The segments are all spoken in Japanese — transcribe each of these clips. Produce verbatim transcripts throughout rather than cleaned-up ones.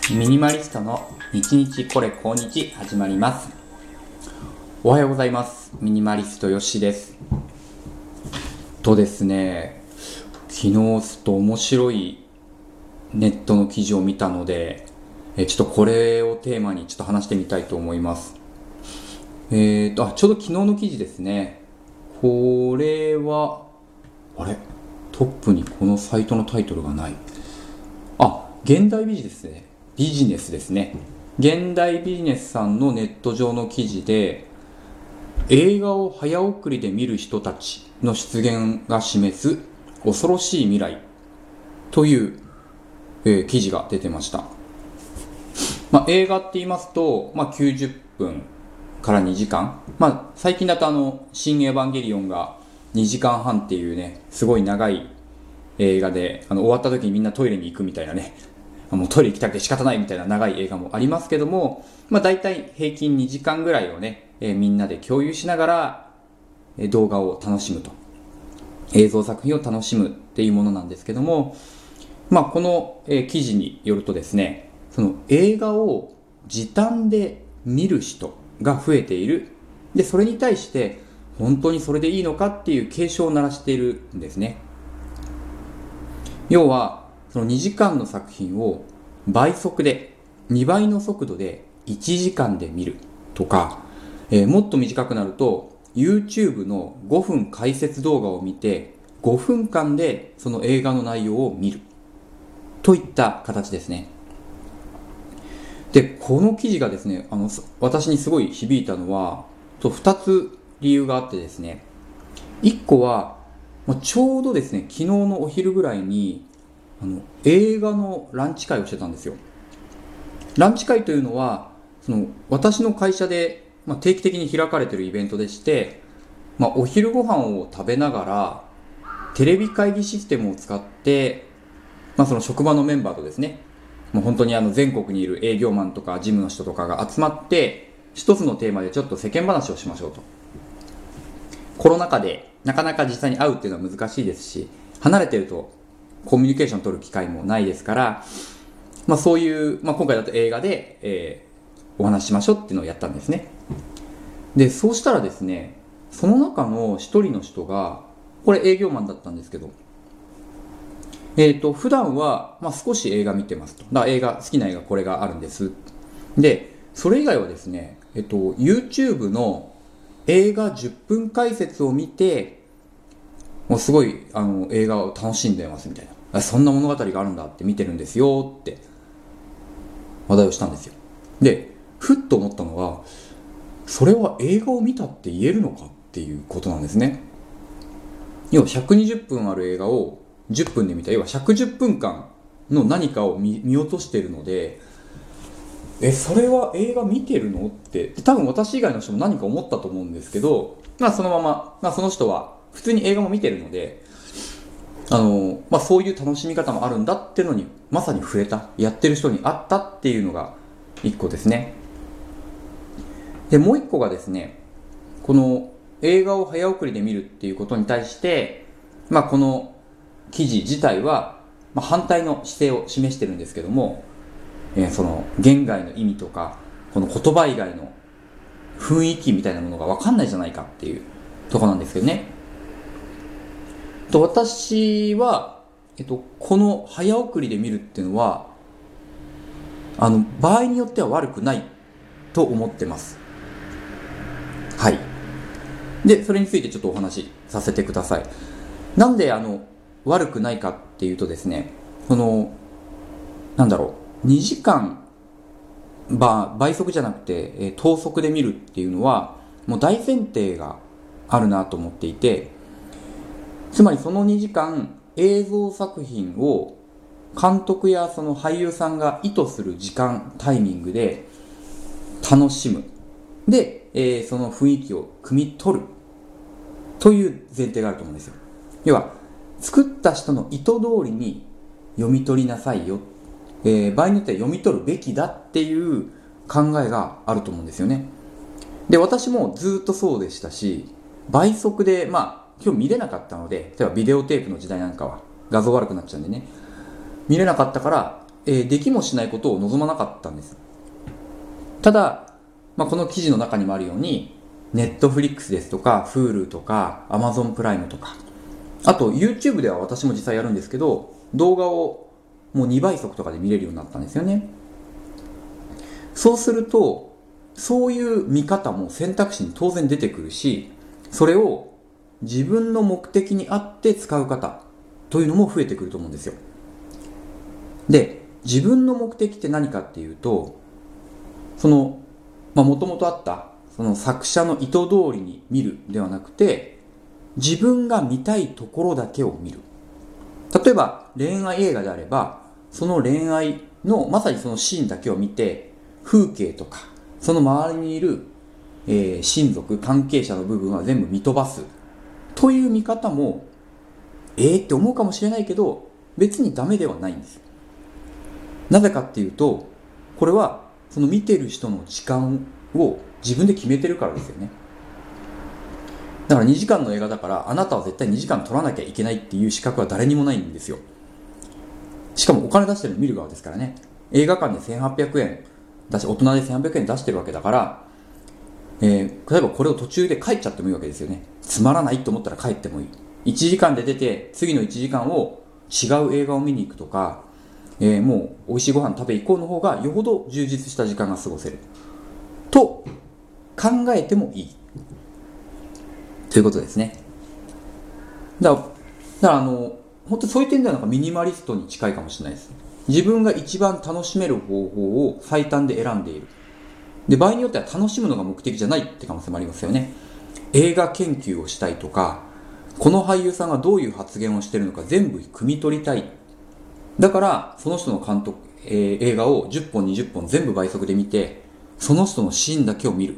ミニマリストの日日これ今日始まります。おはようございます。ミニマリストよしです。とですね、昨日ちょっと面白いネットの記事を見たので、えちょっとこれをテーマにちょっと話してみたいと思います。えーと、あ、ちょうど昨日の記事ですね。これは、あれトップにこのサイトのタイトルがない。あ、現代ビジネスね。ビジネスですね。現代ビジネスさんのネット上の記事で、映画を早送りで見る人たちの出現が示す恐ろしい未来という、えー記事が出てました。まあ、映画って言いますと、まあ、きゅうじゅっぷんからにじかん。まあ、最近だとあの、新エヴァンゲリオンがにじかんはんっていうね、すごい長い映画で、あの、終わった時にみんなトイレに行くみたいなね、もうトイレ行きたくて仕方ないみたいな長い映画もありますけども、まあ大体平均にじかんぐらいをね、えーみんなで共有しながら、えー動画を楽しむと。映像作品を楽しむっていうものなんですけども、まあこの、えー記事によるとですね、その映画を時短で見る人が増えている。で、それに対して本当にそれでいいのかっていう警鐘を鳴らしているんですね。要は、そのにじかんの作品を倍速で、にばいの速度でいちじかんで見るとか、えーもっと短くなると YouTube のごふん解説動画を見てごふんかんでその映画の内容を見るといった形ですね。で、この記事がですね、あの私にすごい響いたのはとふたつ理由があってですね、いっこはまあちょうどですね、昨日のお昼ぐらいにあの映画のランチ会をしてたんですよ。ランチ会というのはその私の会社で、まあ、定期的に開かれているイベントでして、まあ、お昼ご飯を食べながらテレビ会議システムを使って、まあ、その職場のメンバーとですね、もう本当にあの全国にいる営業マンとか事務の人とかが集まって一つのテーマでちょっと世間話をしましょうと。コロナ禍でなかなか実際に会うっていうのは難しいですし、離れてるとコミュニケーションを取る機会もないですから、まあ、そういう、まあ、今回だと映画で、えーお話ししましょうっていうのをやったんですね。で、そうしたらですね、その中の一人の人が、これ営業マンだったんですけど、えっと、普段は、まあ、少し映画見てますと。だから映画、好きな映画これがあるんです。で、それ以外はですね、えっと、YouTube の映画じゅっぷん解説を見て、もうすごいあの映画を楽しんでますみたいな。あ、そんな物語があるんだって見てるんですよって話題をしたんですよ。で、ふっと思ったのが、それは映画を見たって言えるのかっていうことなんですね。要はひゃくにじゅっぷんある映画をじゅっぷんで見た。要はひゃくじゅっぷんかんの何かを 見, 見落としているので、え、それは映画見てるのって、多分私以外の人も何か思ったと思うんですけど、まあそのまま、まあその人は普通に映画も見てるので、あの、まあそういう楽しみ方もあるんだっていうのに、まさに触れた、やってる人に会ったっていうのが一個ですね。で、もう一個がですね、この映画を早送りで見るっていうことに対して、まあこの記事自体は、まあ、反対の姿勢を示してるんですけども、えーその言外の意味とか、この言葉以外の雰囲気みたいなものが分かんないじゃないかっていうところなんですけどね。と私は、えっと、この早送りで見るっていうのは、あの、場合によっては悪くないと思ってます。はい。で、それについてちょっとお話しさせてください。なんで、あの、悪くないかっていうとですね、その、なんだろう、にじかん、ば、倍速じゃなくて、えー等速で見るっていうのは、もう大前提があるなと思っていて、つまりそのにじかん映像作品を監督やその俳優さんが意図する時間タイミングで楽しむ。で、えーその雰囲気を汲み取るという前提があると思うんですよ。要は作った人の意図通りに読み取りなさいよ、えー場合によっては読み取るべきだっていう考えがあると思うんですよね。で、私もずっとそうでしたし、倍速でまあ今日見れなかったので、例えばビデオテープの時代なんかは画像悪くなっちゃうんでね、見れなかったからえー、できもしないことを望まなかったんです。ただ、まあ、この記事の中にもあるように、ネットフリックスですとか、Hulu とか、Amazon プライムとか、あと YouTube では私も実際やるんですけど、動画をもうにばい速とかで見れるようになったんですよね。そうすると、そういう見方も選択肢に当然出てくるし、それを自分の目的に合って使う方というのも増えてくると思うんですよ。で、自分の目的って何かっていうと、その、まあもともとあったその作者の意図通りに見るではなくて、自分が見たいところだけを見る。例えば恋愛映画であれば、その恋愛のまさにそのシーンだけを見て、風景とかその周りにいる、えー、親族関係者の部分は全部見飛ばすという見方もえーって思うかもしれないけど、別にダメではないんです。なぜかっていうと、これはその見てる人の時間を自分で決めてるからですよね。だからにじかんの映画だから、あなたは絶対にじかん撮らなきゃいけないっていう資格は誰にもないんですよ。しかもお金出してるの見る側ですからね。映画館でせんはっぴゃくえんだし、大人でせんはっぴゃくえん出してるわけだから、えー、例えばこれを途中で帰っちゃってもいいわけですよね。つまらないと思ったら帰ってもいい。いちじかんで出て、次のいちじかんを違う映画を見に行くとか、えー、もう美味しいご飯食べ行こうの方がよほど充実した時間が過ごせると考えてもいいということですね。だから、だからあの本当にそういう点ではなんかミニマリストに近いかもしれないです。自分が一番楽しめる方法を最短で選んでいる。で、場合によっては楽しむのが目的じゃないって可能性もありますよね。映画研究をしたいとか、この俳優さんがどういう発言をしているのか全部汲み取りたい。だからその人の監督、えー、映画をじゅっぽんにじゅっぽん全部倍速で見て、その人のシーンだけを見る。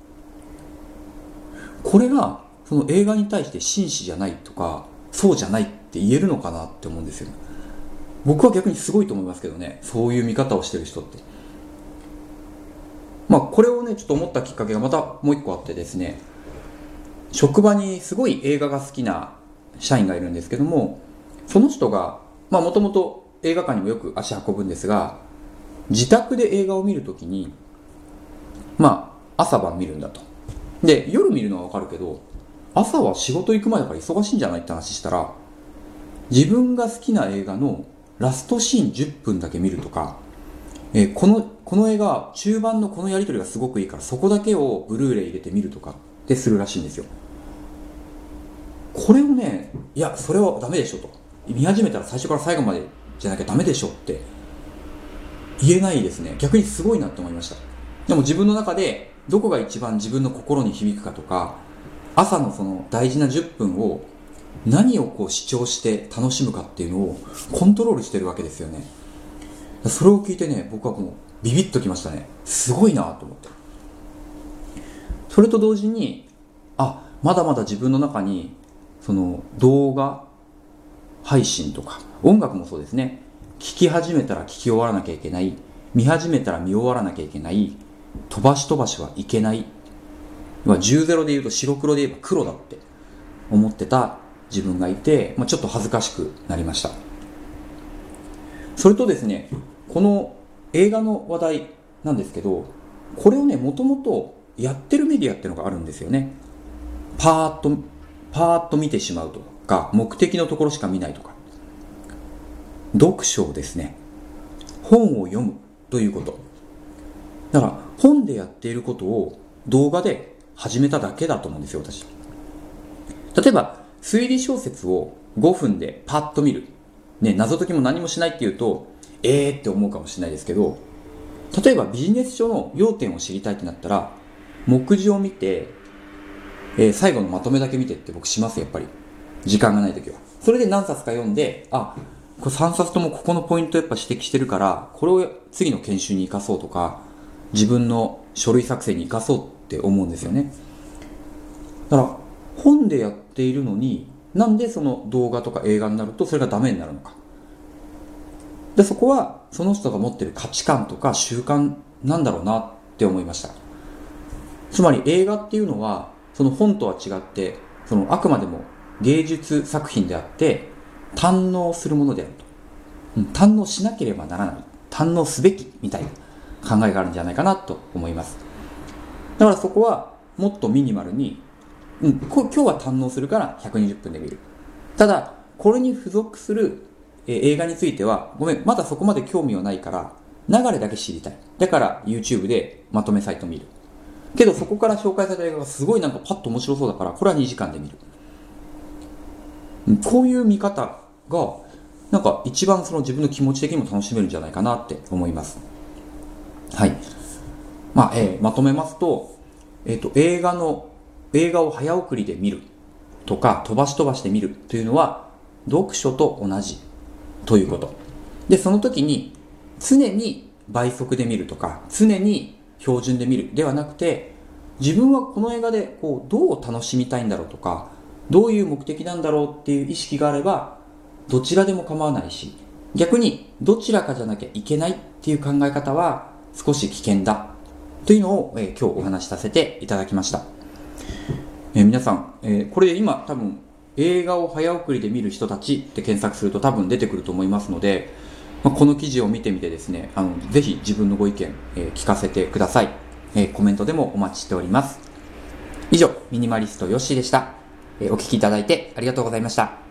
これがその映画に対して真摯じゃないとか、そうじゃないって言えるのかなって思うんですよ。僕は逆にすごいと思いますけどね、そういう見方をしてる人って。まあこれをねちょっと思ったきっかけがまたもう一個あってですね、職場にすごい映画が好きな社員がいるんですけども、その人がまあもともと映画館にもよく足運ぶんですが、自宅で映画を見るときにまあ朝晩見るんだと。で、夜見るのはわかるけど、朝は仕事行く前だから忙しいんじゃないって話したら、自分が好きな映画のラストシーンじゅっぷんだけ見るとか、えー、このこの映画中盤のこのやり取りがすごくいいからそこだけをブルーレイ入れて見るとかってするらしいんですよ。これをね、いやそれはダメでしょと、見始めたら最初から最後までじゃなきゃダメでしょって言えないですね。逆にすごいなって思いました。でも自分の中でどこが一番自分の心に響くかとか、朝のその大事なじゅっぷんを何をこう主張して楽しむかっていうのをコントロールしてるわけですよね。それを聞いてね、僕はもうビビッときましたね。すごいなと思って。それと同時に、あ、まだまだ自分の中にその動画配信とか音楽もそうですね、聞き始めたら聞き終わらなきゃいけない、見始めたら見終わらなきゃいけない、飛ばし飛ばしはいけない、じゅうゼロで言うと白黒で言えば黒だって思ってた自分がいて、まあ、ちょっと恥ずかしくなりました。それとですね、この映画の話題なんですけど、これをねもともとやってるメディアっていうのがあるんですよね。パーッとパーッと見てしまうとか、目的のところしか見ないとか、読書ですね、本を読むということ。だから本でやっていることを動画で始めただけだと思うんですよ、私。例えば推理小説をごふんでパッと見る、ね、謎解きも何もしないっていうとえーって思うかもしれないですけど、例えばビジネス書の要点を知りたいってなったら目次を見て、えー、最後のまとめだけ見てって僕します。やっぱり時間がないときはそれで何冊か読んで、あ、これさんさつともここのポイントやっぱ指摘してるからこれを次の研修に生かそうとか、自分の書類作成に生かそうって思うんですよね。だから本でやっているのになんでその動画とか映画になるとそれがダメになるのか。で、そこはその人が持っている価値観とか習慣なんだろうなって思いました。つまり映画っていうのはその本とは違って、そのあくまでも芸術作品であって堪能するものであると、うん、堪能しなければならない。 堪能すべきみたいな考えがあるんじゃないかなと思います。だからそこはもっとミニマルに、うん、今日は堪能するからひゃくにじゅっぷんで見る。ただこれに付属する、えー、映画についてはごめんまだそこまで興味はないから流れだけ知りたい。だから YouTube でまとめサイト見る。けどそこから紹介された映画がすごいなんかパッと面白そうだからこれはにじかんで見る。こういう見方がなんか一番その自分の気持ち的にも楽しめるんじゃないかなって思います。はい。まあ、えー、まとめますと、えっと、映画の、映画を早送りで見るとか飛ばし飛ばして見るというのは読書と同じということ。で、その時に常に倍速で見るとか常に標準で見るではなくて、自分はこの映画でこうどう楽しみたいんだろうとか、どういう目的なんだろうっていう意識があればどちらでも構わないし、逆にどちらかじゃなきゃいけないっていう考え方は少し危険だというのを、えー、今日お話しさせていただきました。えー、皆さん、えー、これ今多分映画を早送りで見る人たちって検索すると多分出てくると思いますので、まあ、この記事を見てみてですね、あのぜひ自分のご意見、えー、聞かせてください。えー、コメントでもお待ちしております。以上、ミニマリストよっしーでした。えー、お聞きいただいてありがとうございました。